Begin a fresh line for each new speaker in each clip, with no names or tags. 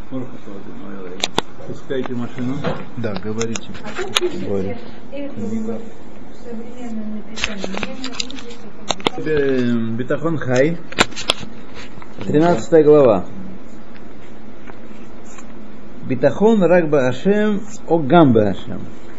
Пускайте машину.
Да, говорите.
А как пишете это в современном написании?
Битахон Хай, 13 глава. Битахон рак баашем, огам баашем.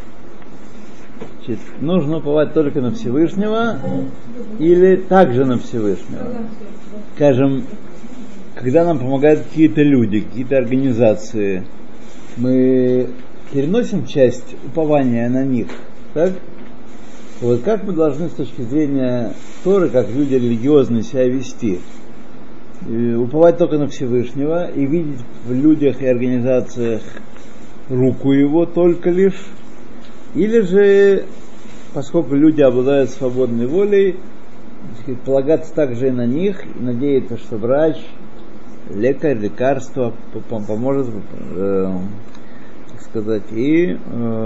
Нужно уповать только на Всевышнего или также на Всевышнего. Скажем, когда нам помогают какие-то люди, какие-то организации, мы переносим часть упования на них, так? Вот как мы должны с точки зрения Торы, как люди религиозные, себя вести? Уповать только на Всевышнего и видеть в людях и организациях руку его только лишь? Или же, поскольку люди обладают свободной волей, полагаться также и на них, и надеяться, что врач, лекарь, лекарство поможет, так сказать, и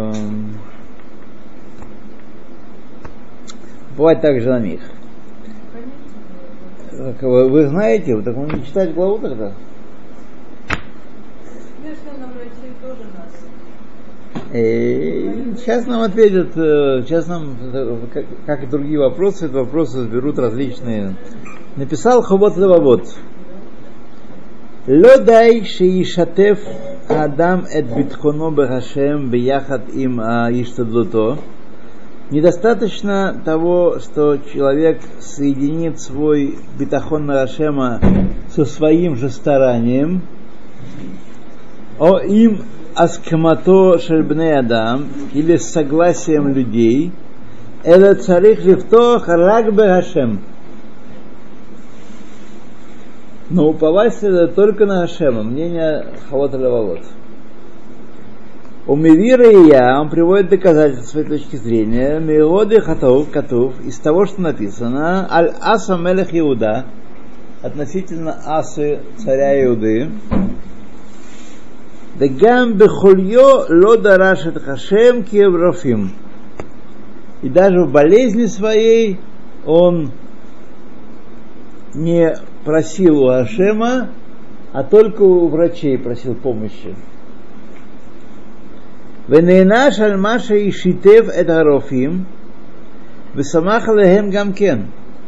уповать также на них. Вы знаете, вы так не читать главу тогда? Сейчас нам ответят, сейчас нам, как и другие вопросы, эти вопросы разберут различные. Написал Ховот Левавот. Ло дай шеишатев адам эт битхоно бехашем бияхат им аиштадлуто. Недостаточно того, что человек соединит свой битахон на Хашема со своим же старанием. О им аскамато шельбней адам, или с согласием людей, это царих лифтох рак бехашем. Но уповать следует только на Хашема, мнение Хавот Левавот. У Мивира и я, он приводит доказательства своей точки зрения, Мироды Катув, из того, что написано, Аль-Аса Мелех Иуда, относительно Асы, царя Иуды, Дегам Бехульё Лода Рашет Хашем Киеврофим. И даже в болезни своей он не просил у Хашема, а только у врачей просил помощи. Венеинаш аль-маша ишитев эт харофим, весамах алехем гамкен.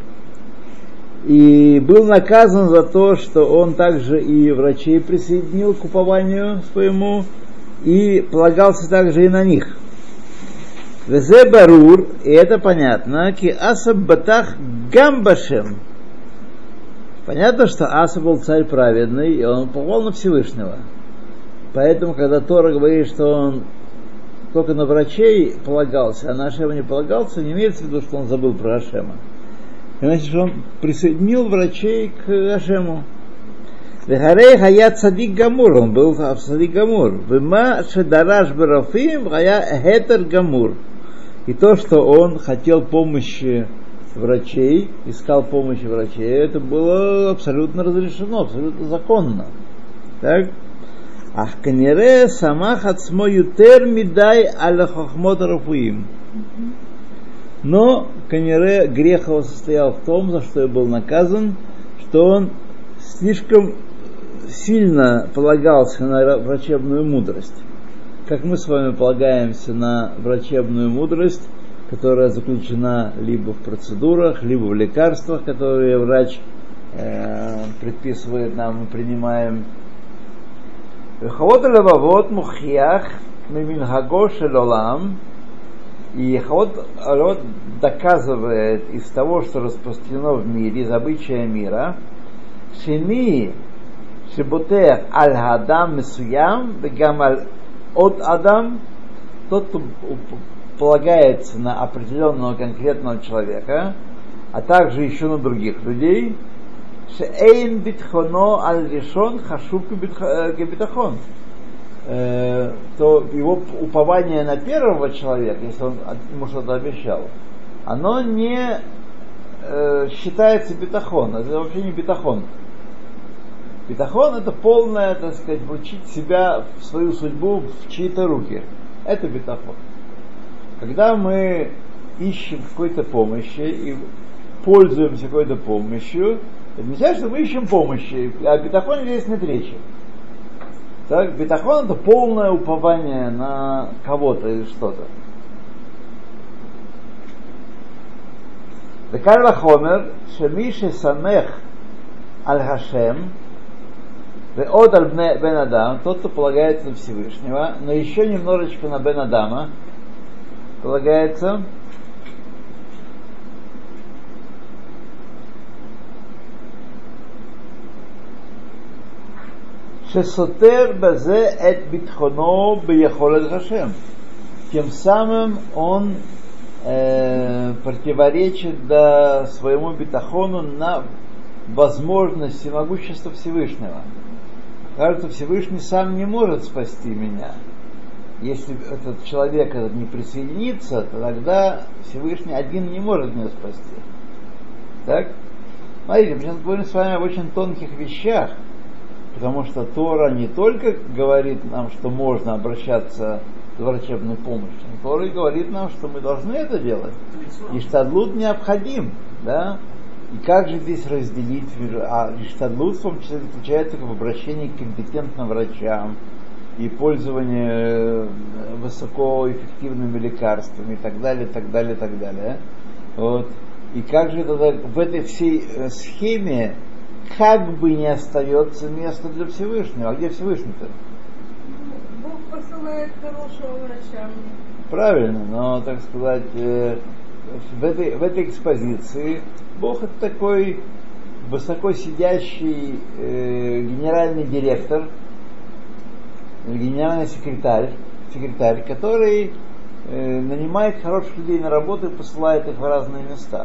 И был наказан за то, что он также и врачей присоединил к упованию своему, и полагался также и на них. Везе барур, и это понятно, ки асаб батах гамбашем. Понятно, что Аса был царь праведный, и он уповал на Всевышнего. Поэтому, когда Тора говорит, что он только на врачей полагался, а на Хашема не полагался, не имеется в виду, что он забыл про Хашема. Значит, что он присоединил врачей к Хашему. Вехарей хаят садик гамур, он был садик гамур. Вема шедараш барафим хая хетер гамур. И то, что он хотел помощи врачей, искал помощи врачей, это было абсолютно разрешено, абсолютно законно. Так? Ах, канере самах ацмо ютер мидай аля хохмот рафуим. Но, канере, грех его состоял в том, за что я был наказан, что он слишком сильно полагался на врачебную мудрость. Как мы с вами полагаемся на врачебную мудрость, которая заключена либо в процедурах, либо в лекарствах, которые врач предписывает нам, мы принимаем. Хавот левавот мухиях миминхаго шель олам. И Хавот Левавот доказывает из того, что распространено в мире, из обычая мира, шеми шеботех аль-хадам месуям бегам аль-от адам, тот, кто полагается на определенного конкретного человека, а также еще на других людей, шеэйн битхоно аль-решон хашук битахон, то его упование на первого человека, если он ему что-то обещал, оно не считается битахон, это вообще не битахон. Битахон — это полное, так сказать, вручить себя, в свою судьбу в чьи-то руки. Это битахон. Когда мы ищем какой-то помощи и пользуемся какой-то помощью, это не значит, что мы ищем помощи, а о битахоне здесь нет речи. Так, битахон — это полное упование на кого-то или что-то. Векаль вахомер, шемиши самех аль Хашем, веод аль бен Адам, тот, кто полагается на Всевышнего, но еще немножечко на бен Адама полагается. Шесотер базе эт битхоно бияхолет Хашем. Тем самым он противоречит своему битахону на возможность и могущество Всевышнего. Кажется, Всевышний сам не может спасти меня. Если этот человек этот не присоединится, то тогда Всевышний один не может меня спасти. Так? Смотрите, мы сейчас говорим с вами об очень тонких вещах, потому что Тора не только говорит нам, что можно обращаться за врачебной помощью, но Тора и говорит нам, что мы должны это делать. И штадлут необходим, да? И как же здесь разделить? А штадлут в том числе заключается в обращении к компетентным врачам и пользовании высокоэффективными лекарствами и так далее, так далее, так далее. Вот. И как же тогда в этой всей схеме как бы не остается места для Всевышнего? А где Всевышний-то?
Бог посылает хорошего врача.
Правильно, но, так сказать, в этой экспозиции Бог — это такой высоко сидящий генеральный директор, генеральный секретарь, который нанимает хороших людей на работу и посылает их в разные места.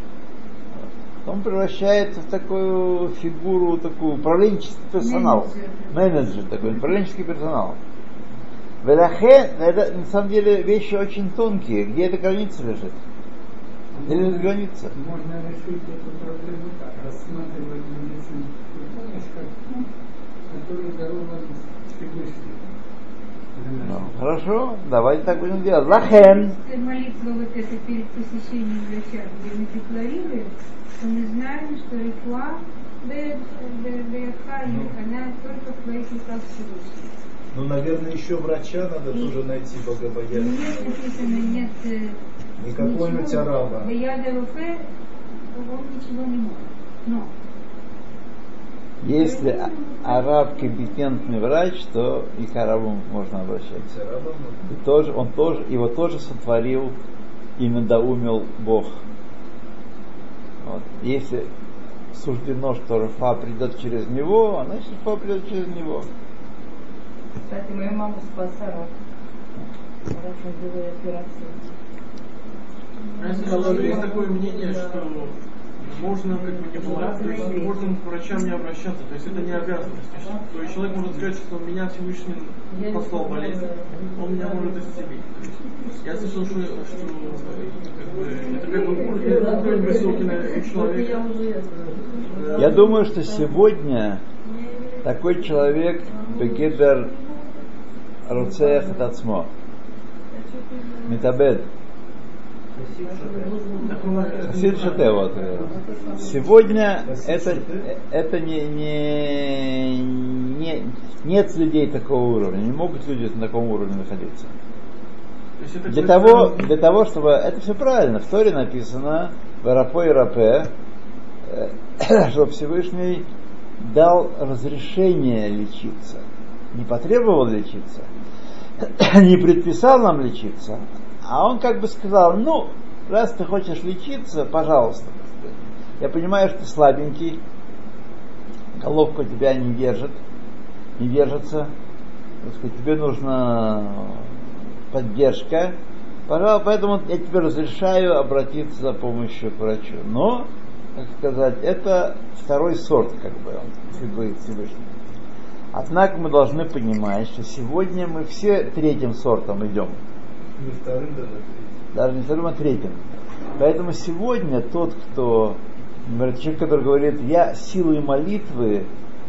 Он превращается в такую фигуру, такую управленческий персонал, менеджер такой, управленческий персонал. Велахе, это на самом деле вещи очень тонкие. Где эта граница лежит? Где лежит граница?
Можно решить эту проблему так, рассматривать медицинскую помощь как ту, которую дарован Всевышний.
Хорошо, давайте так будем делать. Лахен.
Молитва вот эта перед посещением врача, где мы декларируем, что мы знаем, что ритуал она только в твоих руках Всевышнего.
Ну, наверное, еще врача надо тоже найти богобоязненного.
Нет написано, нет
не какого-нибудь араба.
Да я ДРФ, он ничего не может. Но
если араб компетентный врач, то и к арабу можно обращаться. И тоже, его тоже сотворил и надоумил Бог. Вот. Если суждено, что Рафа придет через него, значит Рафа придет через него.
Кстати, мою маму спас араб. Араб делает операцию.
Есть такое мнение, что можно как бы не платить, то есть можно к врачам не обращаться, то есть это не обязанность. То есть человек может сказать, что меня Всевышний послал болезнь, он меня может исцелить. Я слышал, что это как бы уровень высокий на человека.
Я думаю, что сегодня такой человек бегедер руцех атацмо митабед хасид шате. Вот. Сегодня это нет людей такого уровня, не могут люди на таком уровне находиться. Для того, чтобы это все правильно, в Торе написано варапо и рапе, что Всевышний дал разрешение лечиться, не потребовал лечиться, не предписал нам лечиться, а он как бы сказал: ну, раз ты хочешь лечиться, пожалуйста. Я понимаю, что ты слабенький, головка у тебя не держится, тебе нужна поддержка, пожалуйста, поэтому я тебе разрешаю обратиться за помощью к врачу. Но, как сказать, это второй сорт, как бы, он Всевышний. Однако мы должны понимать, что сегодня мы все третьим сортом идем.
Не вторым,
даже не вторым, а третьим. Поэтому сегодня тот, кто, например, человек, который говорит: я силой молитвы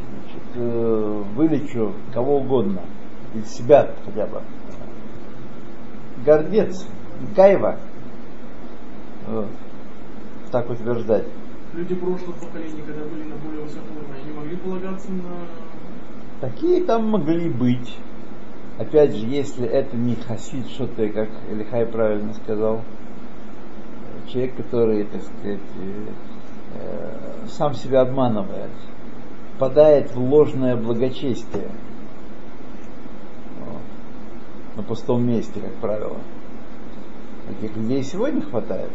вылечу кого угодно, или себя хотя бы, гордец, гайва, вот, так утверждать.
Люди прошлых поколений, когда были на более высоком уровне, они могли полагаться на
Такие там могли быть. Опять же, если это не хасид, что-то, как Элихай правильно сказал, человек, который, так сказать, сам себя обманывает, впадает в ложное благочестие. Вот. На пустом месте, как правило. Таких людей сегодня хватает.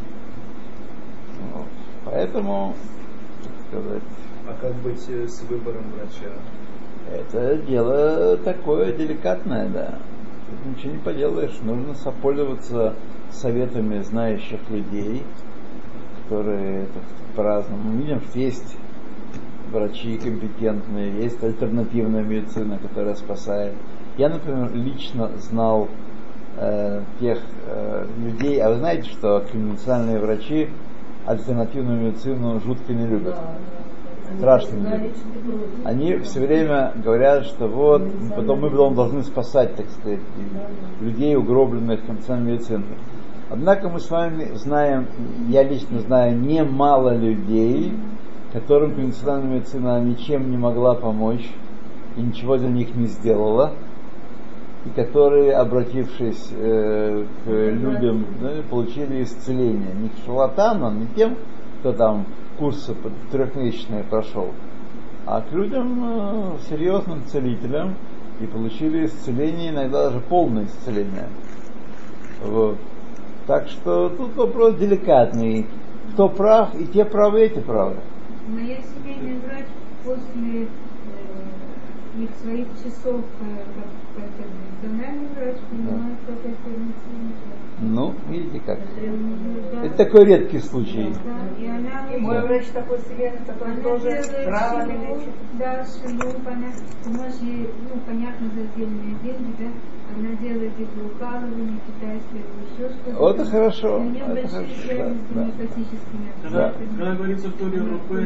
Вот. Поэтому, так сказать...
А как быть с выбором врача?
Это дело такое деликатное, да. Тут ничего не поделаешь. Нужно пользоваться советами знающих людей, которые это по-разному. Мы видим, что есть врачи компетентные, есть альтернативная медицина, которая спасает. Я, например, лично знал тех людей, а вы знаете, что конвенциональные врачи альтернативную медицину жутко не любят. Страшно не любят. Они все время говорят, что вот, мы потом должны спасать, так сказать, людей, угробленных конвенциональной медициной. Однако мы с вами знаем, я лично знаю немало людей, которым конвенциональная медицина ничем не могла помочь и ничего для них не сделала, и которые, обратившись к людям, получили исцеление. Не к шарлатанам, не тем, кто там курсы трехмесячные прошел, а к людям, серьезным целителям, и получили исцеление, иногда даже полное исцеление. Вот. Так что тут вопрос деликатный. Кто прав, и те правы, эти правы.
Моя семейный врач после их своих часов, как конвенциональный врач, понимает, как альтернативный.
Ну, видите как. Это такой редкий случай.
И мой врач такой семейный, который тоже травами лечит.
Да, шиму, понятно, за отдельные деньги, да. Она делает эти укалывания, китайские, еще что-то.
Это хорошо.
У нее большие связи с гомеопатическими.
Когда говорится в Торе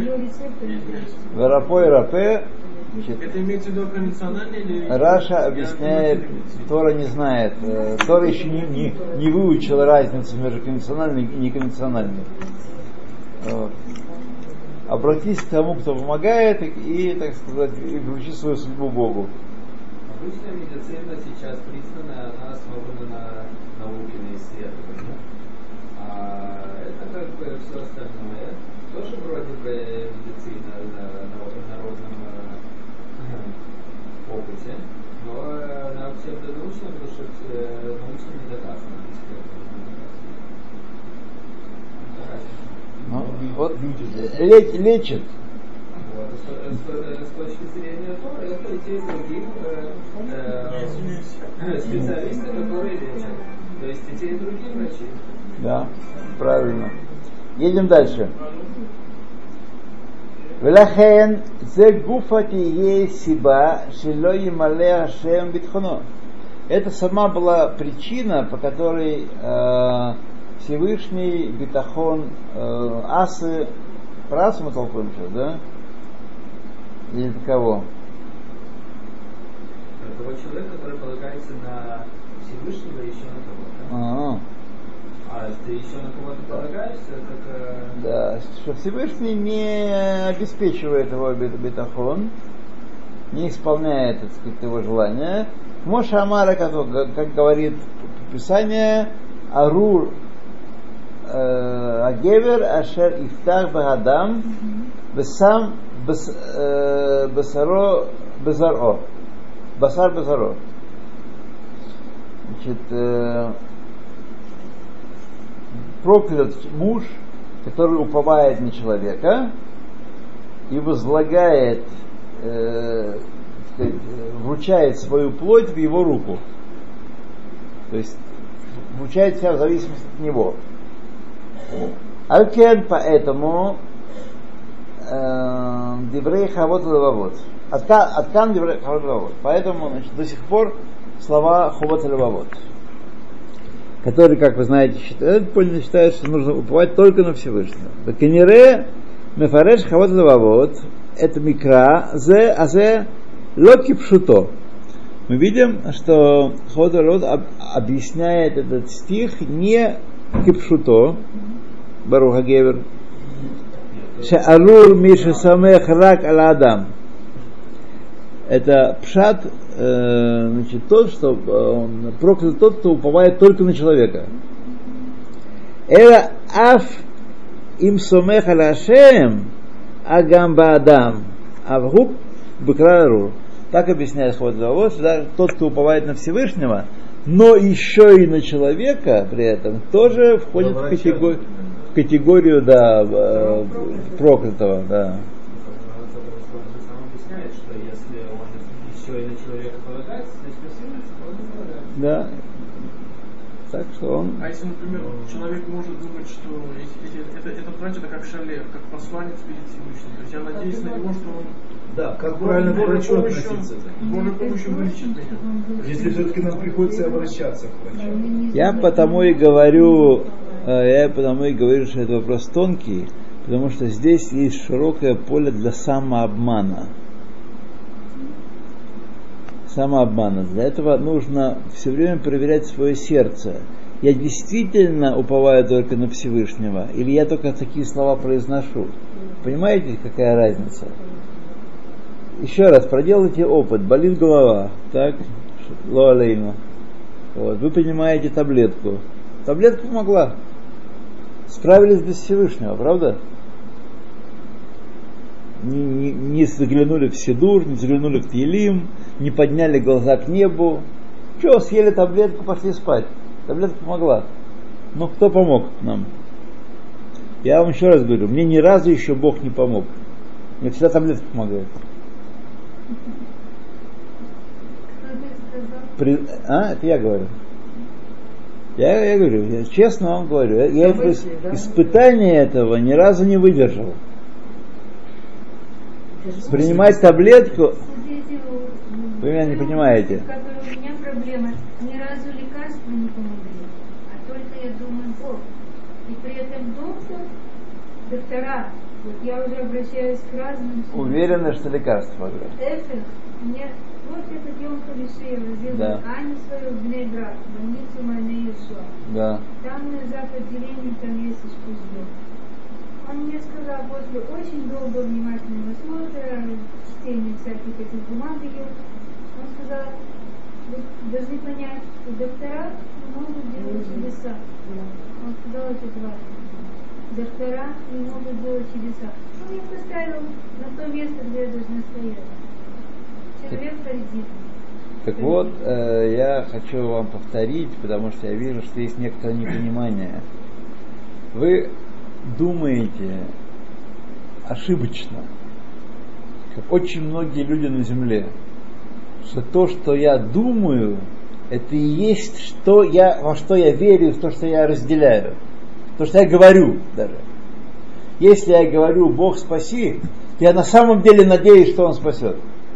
Рапе, Рапе,
это имеется в виду конвенциональный или...
Раша объясняет, Тора не знает. Тора еще не выучила разницу между конвенциональной и неконвенциональной. Вот. Обратись к тому, кто помогает, и, так сказать, вручи свою судьбу Богу.
Обычная медицина сейчас признана, она основана на науке, на исследованиях. А это как бы все остальное. Тоже вроде бы медицина на народном опыте, но на псевдонаучном, потому что научно не доказано.
Ну, вот лечит.
С точки зрения Торы, это и те, и другие специалисты, которые лечат. То есть и те, и другие врачи.
Да, правильно. Едем дальше. Велахен зе гуфа тие сиба шело ямале Ашем битхоно. Это сама была причина, по которой Всевышний битахон асы, про асу мы толкуем сейчас, да? Или для кого?
Того человека, который полагается на Всевышнего, еще на кого-то. А ты еще на кого-то полагаешься, как...
Да, что Всевышний не обеспечивает его битахон, не исполняет, так сказать, его желания. Моша Амара, как говорит Писание, Арур Агевер Ашер Ифтах Багадам Бесам Басаро Безаро. Басар Безаро. Значит, проклят муж, который уповает на человека и возлагает, вручает свою плоть в его руку. То есть вручает себя в зависимости от него. Алкен, поэтому Диврей Хавот Левавот. Откан Диврей Хавот Левавот. Поэтому, значит, до сих пор слова Хавот Левавот, которые, как вы знаете, считают, что нужно уповать только на Всевышнего. Бакенере Мефареш Хавот Левавот. Это микра зе азе локи пшуто. Мы видим, что Хавот Левавот объясняет этот стих не кипшуто, Баруха Гевер, Ше'арур миша самех рак аладам. Это пшат, значит, тот, что он проклят тот, кто уповает только на человека. Эра аф им сомех алашем агам баадам авгуб бекрарур. Так объясняет Хват-Завод, что тот, кто уповает на Всевышнего, но еще и на человека при этом, тоже входит в категорию проклятого. Да.
И на человека полагается, значит, Всевышний полагается.
Да. Так что он...
А если, например, человек может думать, что этот врач это как шалер, как посланец перед Всевышним. То есть я надеюсь на него, что он...
Да, как правильно к врачу относиться.
С Божьей помощью вылечит меня.
Если все-таки нам приходится обращаться к врачу.
Я потому и говорю, что это вопрос тонкий, потому что здесь есть широкое поле для самообмана. Для этого нужно все время проверять свое сердце. Я действительно уповаю только на Всевышнего, или я только такие слова произношу? Понимаете, какая разница? Еще раз, проделайте опыт. Болит голова, так? Лоалейну. Вот. Вы принимаете таблетку. Таблетка помогла. Справились без Всевышнего, правда? Не заглянули в Сидур, не заглянули в Тилим, не подняли глаза к небу. Что, съели таблетку, пошли спать. Таблетка помогла. Но кто помог нам? Я вам еще раз говорю, мне ни разу еще Бог не помог. Мне всегда таблетка помогает. Это я говорю. Я говорю, я честно вам говорю. Я испытания этого ни разу не выдержал. Принимать таблетку, вы меня не понимаете.
У меня проблема, ни разу лекарства не помогли, а только я думаю, Бог. И при этом доктора, вот я уже обращаюсь к разным...
Уверены, что лекарства помогают.
Мне вот этот Йом Халиши я возил Аню свою в Бней-Брак, в больницу Майне Иешуа.
Да.
Там на отделении, там есть Ишпуздом. Он мне сказал после очень долгого внимательного осмотра, чтения всяких этих бумаг ее, он сказал, вы должны понять, что доктора не могут делать чудеса. Он сказал это два. Доктора не могут делать чудеса. Он меня поставил на то место, где я должна стоять. Человек харизм.
Так вот, я хочу вам повторить, потому что я вижу, что есть некоторое непонимание. Вы думаете ошибочно, как очень многие люди на земле, что то, что я думаю, это и есть во что я верю, то, что я разделяю, то, что я говорю даже. Если я говорю «Бог спаси», то я на самом деле надеюсь, что Он спасет.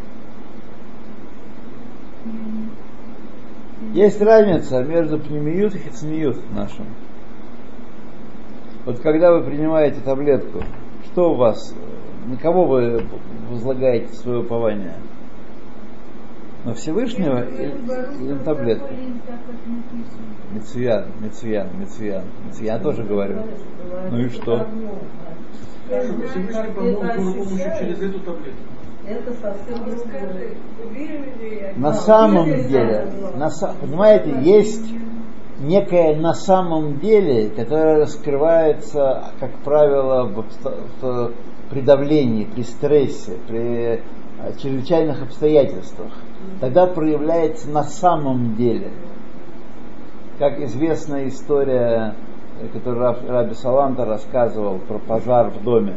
Есть разница между пнемиют и хицмиют нашим. Вот когда вы принимаете таблетку, что у вас, на кого вы возлагаете свое упование? На Всевышнего или на таблетку? Мецуян. Я тоже говорю. Ну и что?
Всевышний помог с помощью через эту таблетку.
Это совсем другое.
На самом деле, понимаете, есть некое на самом деле, которое раскрывается, как правило, при давлении, при стрессе, при чрезвычайных обстоятельствах. Тогда проявляется на самом деле. Как известная история, которую Раби Саланта рассказывал про пожар в доме.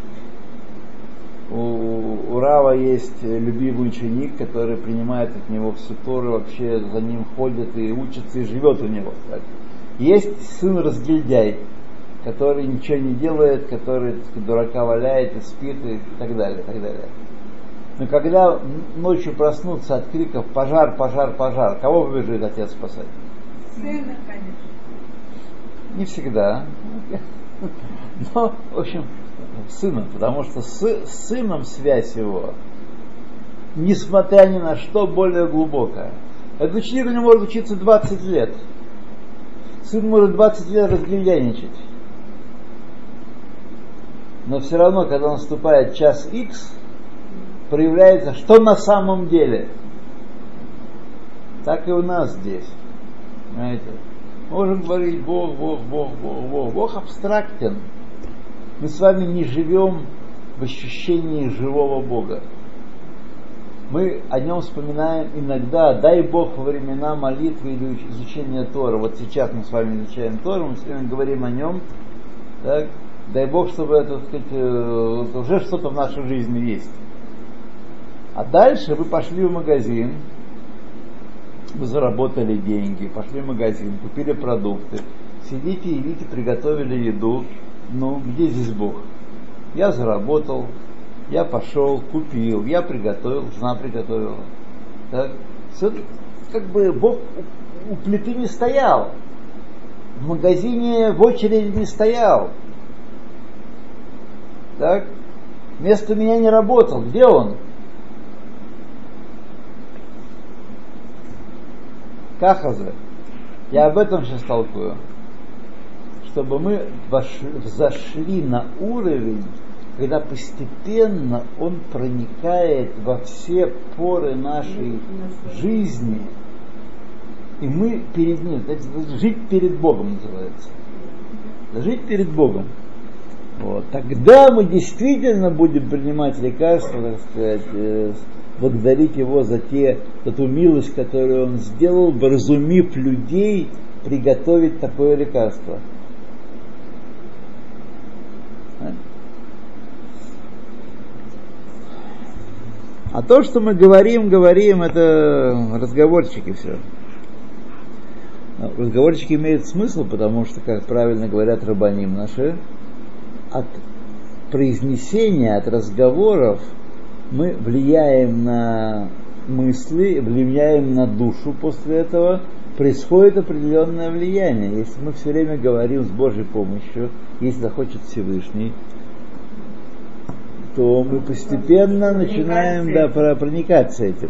У Рава есть любимый ученик, который принимает от него всю Тору, вообще за ним ходит и учится, и живет у него. Так. Есть сын разгильдяй, который ничего не делает, который, так сказать, дурака валяет и спит и так далее, так далее. Но когда ночью проснутся от криков «пожар, пожар, пожар», кого побежит отец спасать?
Сына, конечно.
Не всегда. Но, в общем, сына, потому что с сыном связь его, несмотря ни на что, более глубокая. Этот ученик у него может учиться 20 лет. Сын может 20 лет разгильдяйничать. Но все равно, когда наступает час X, проявляется, что на самом деле. Так и у нас здесь. Понимаете? Можем говорить Бог. Бог абстрактен. Мы с вами не живем в ощущении живого Бога. Мы о нем вспоминаем иногда, дай Бог, во времена молитвы или изучения Торы. Вот сейчас мы с вами изучаем Тору, мы все время говорим о нем. Так? Дай Бог, чтобы это, так сказать, уже что-то в нашей жизни есть. А дальше вы пошли в магазин, вы заработали деньги, пошли в магазин, купили продукты, сидите и видите, приготовили еду. Ну, где здесь Бог? Я заработал, я пошел, купил, я приготовил, жена приготовила. Так? Все, как бы Бог у плиты не стоял, в магазине в очереди не стоял. Так? Вместо меня не работал. Где он? Кахазе. Я об этом сейчас толкую. Чтобы мы взошли на уровень, когда постепенно он проникает во все поры нашей жизни, и мы перед ним, жить перед Богом называется. Жить перед Богом. Вот. Тогда мы действительно будем принимать лекарства, так сказать, благодарить Его за ту милость, которую Он сделал, вразумив людей приготовить такое лекарство. А то, что мы говорим, это разговорчики все. Разговорчики имеют смысл, потому что, как правильно говорят рабаним наши, от произнесения, от разговоров мы влияем на мысли, влияем на душу после этого, происходит определенное влияние. Если мы все время говорим с Божьей помощью, если захочет Всевышний, то мы постепенно начинаем проникаться этим.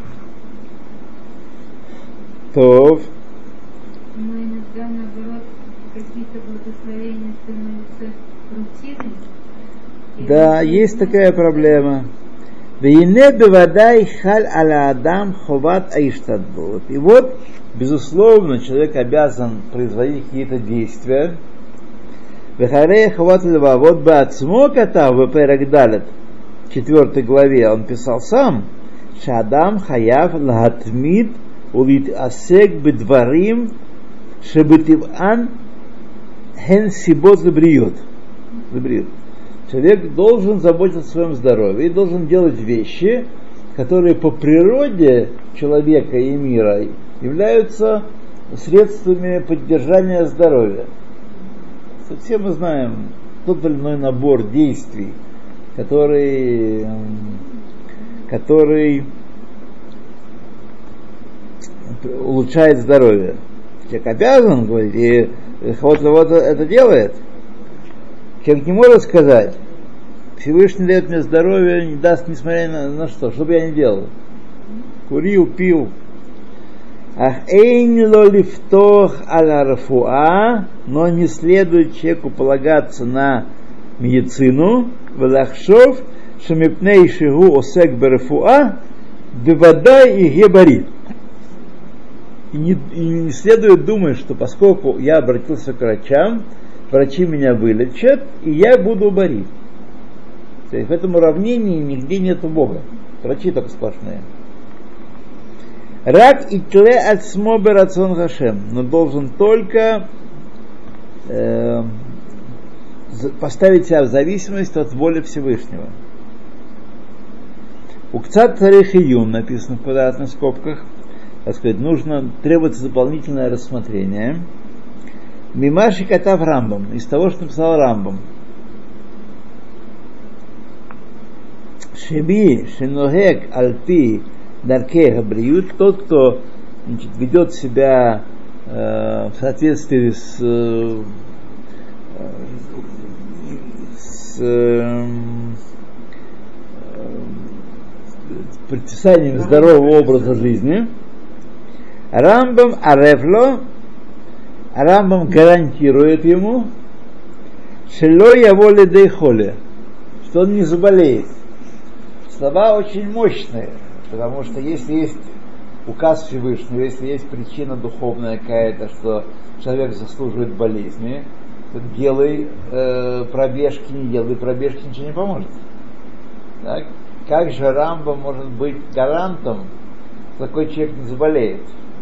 То.
Но иногда, наоборот, какие-то благословения становятся рутиной.
Да, есть такая проблема. И вот, безусловно, человек обязан производить какие-то действия. Вот в 4 главе он писал сам, Шадам хаяв лахатмид улит асек бедварим шебетиван хен сибот лебриют. Человек должен заботиться о своем здоровье и должен делать вещи, которые по природе человека и мира являются средствами поддержания здоровья. Все мы знаем тот или иной набор действий, который улучшает здоровье. Человек обязан говорить, и вот это делает. Человек не может сказать, Всевышний дает мне здоровье, не даст, несмотря на что бы я ни делал. Курил, пил. Ах эйн ло лифтох аля рафуа, но не следует человеку полагаться на медицину, валахшов, шамипней шигу осек берафуа, бевадай и гебарит. И не следует думать, что поскольку я обратился к врачам, врачи меня вылечат, и я буду борить. То есть в этом уравнении нигде нету Бога. Врачи только сплошные. Рак и тле ацмо берацон хашем, но должен только поставить себя в зависимость от воли Всевышнего. Укцат царих июн написано в квадратных скобках, так сказать, требуется дополнительное рассмотрение. Мимаши катав Рамбам, из того, что написал Рамбам. Шеби шеногек альпи даркеха бриют, тот, кто ведет себя в соответствии с предписанием здорового образа жизни. Рамбам арефло, Рамбам гарантирует ему, шело яво ледей холе, что он не заболеет. Слова очень мощные, потому что если есть указ Всевышнего, если есть причина духовная какая-то, что человек заслуживает болезни, то делай пробежки, не делай пробежки, ничего не поможет. Так? Как же Рамбам может быть гарантом, что такой человек не заболеет?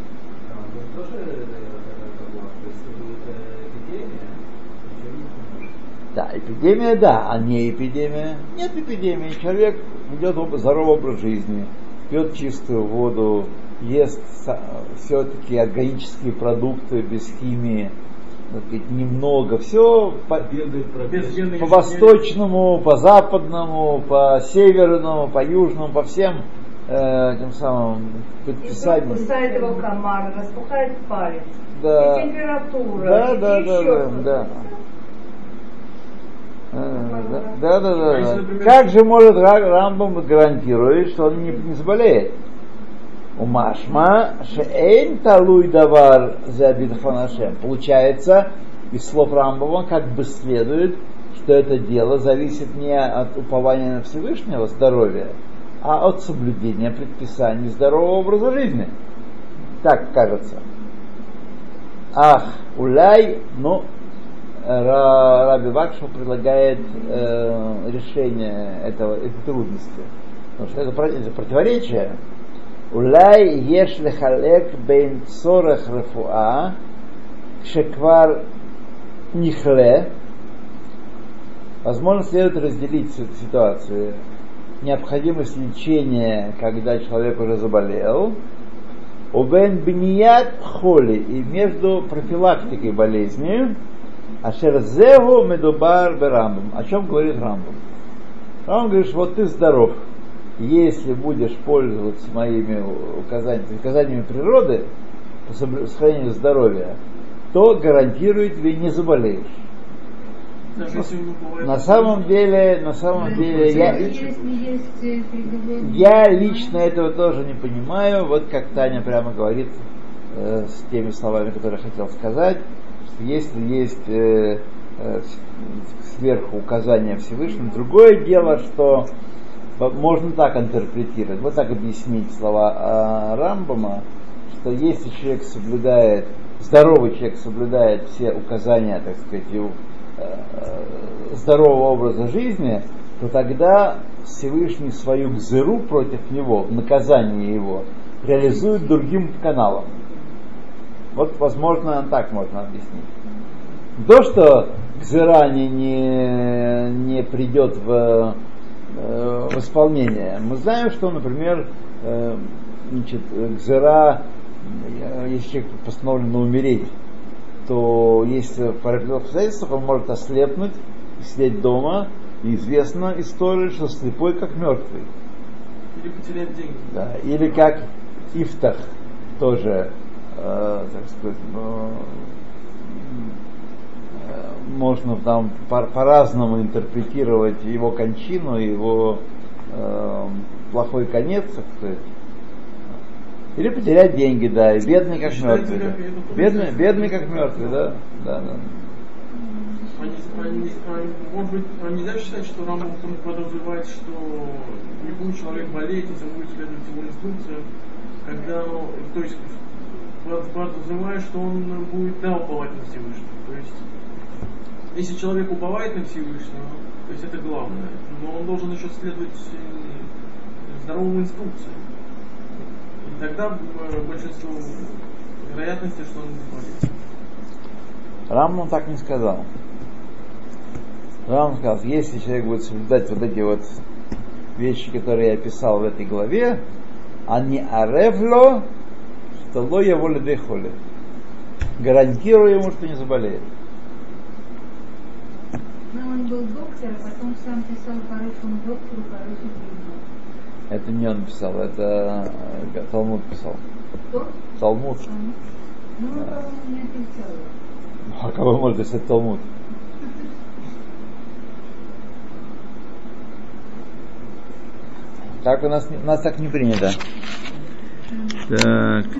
Да, эпидемия, да, а не эпидемия. Нет эпидемии. Человек ведет здоровый образ жизни, пьет чистую воду, ест все-таки органические продукты без химии, немного, все по восточному, по западному, по северному, по южному, по всем тем самым предписаниям.
Кусает его комар, распухает палец,
да.
И температура,
Да. Как же может Рамбам гарантировать, что он не заболеет? У Машма шеэйн талуй давар за битахон Ашем. Получается, из слов Рамбама как бы следует, что это дело зависит не от упования на Всевышнего здоровья, а от соблюдения предписаний здорового образа жизни. Так кажется. Ах, уляй, Раби Вакшев предлагает решение этой трудности. Потому что это противоречие. Улай еш лехалек бейн цорах рефуа кшеквар нихле. Возможно, следует разделить ситуацию. Необходимость лечения, когда человек уже заболел, убен бният холи, и между профилактикой болезни, ашерзеву медубар берамбам. О чем говорит Рамбам? Рамбам говорит, вот ты здоров. Если будешь пользоваться моими указаниями природы по сохранению здоровья, то гарантирую тебе не заболеешь. На самом деле я лично этого тоже не понимаю. Вот как Таня прямо говорит с теми словами, которые я хотел сказать, что если есть сверху указания Всевышнего, другое дело, что можно так интерпретировать, вот так объяснить слова Рамбама, что если человек соблюдает, здоровый человек соблюдает все указания, так сказать, здорового образа жизни, то тогда Всевышний свою гзыру против него, наказание его, реализует другим каналом. Вот, возможно, так можно объяснить. То, что гзыра не придет в исполнение. Мы знаем, что, например, гзыра, если человек постановлено умереть, то если в определенных обстоятельствах он может ослепнуть и сидеть дома, и известна история, что слепой как мертвый.
Или потерять деньги.
Да, или как Ифтах тоже, так сказать, можно там по-разному интерпретировать его кончину, его плохой конец, так сказать. Или потерять деньги, да, и бедный как мертвый. Да. Бедный как мертвый, да.
Может быть, нельзя считать, что Рамбам подразумевает, что не будет человек болеть, если он будет следовать его инструкциям, когда, то есть, подразумевая, что он будет уповать на Всевышнего. То есть, если человек уповает на Всевышнего, то есть это главное, но он должен еще следовать здоровым инструкциям. И тогда большинство вероятности, что он будет болеть.
Рамбам так не сказал. Рамбам сказал, если человек будет соблюдать вот эти вот вещи, которые я описал в этой главе, они аревло, что ло его ледехоли. Гарантирую ему, что не заболеет.
Но он был доктор, а потом сам писал хорошему доктору, хороший фильм.
Это не он писал, это Талмуд писал.
Кто?
Талмуд.
Ну, да. Он не отрицал.
А кого может писать Талмуд? Так у нас так не принято. Так.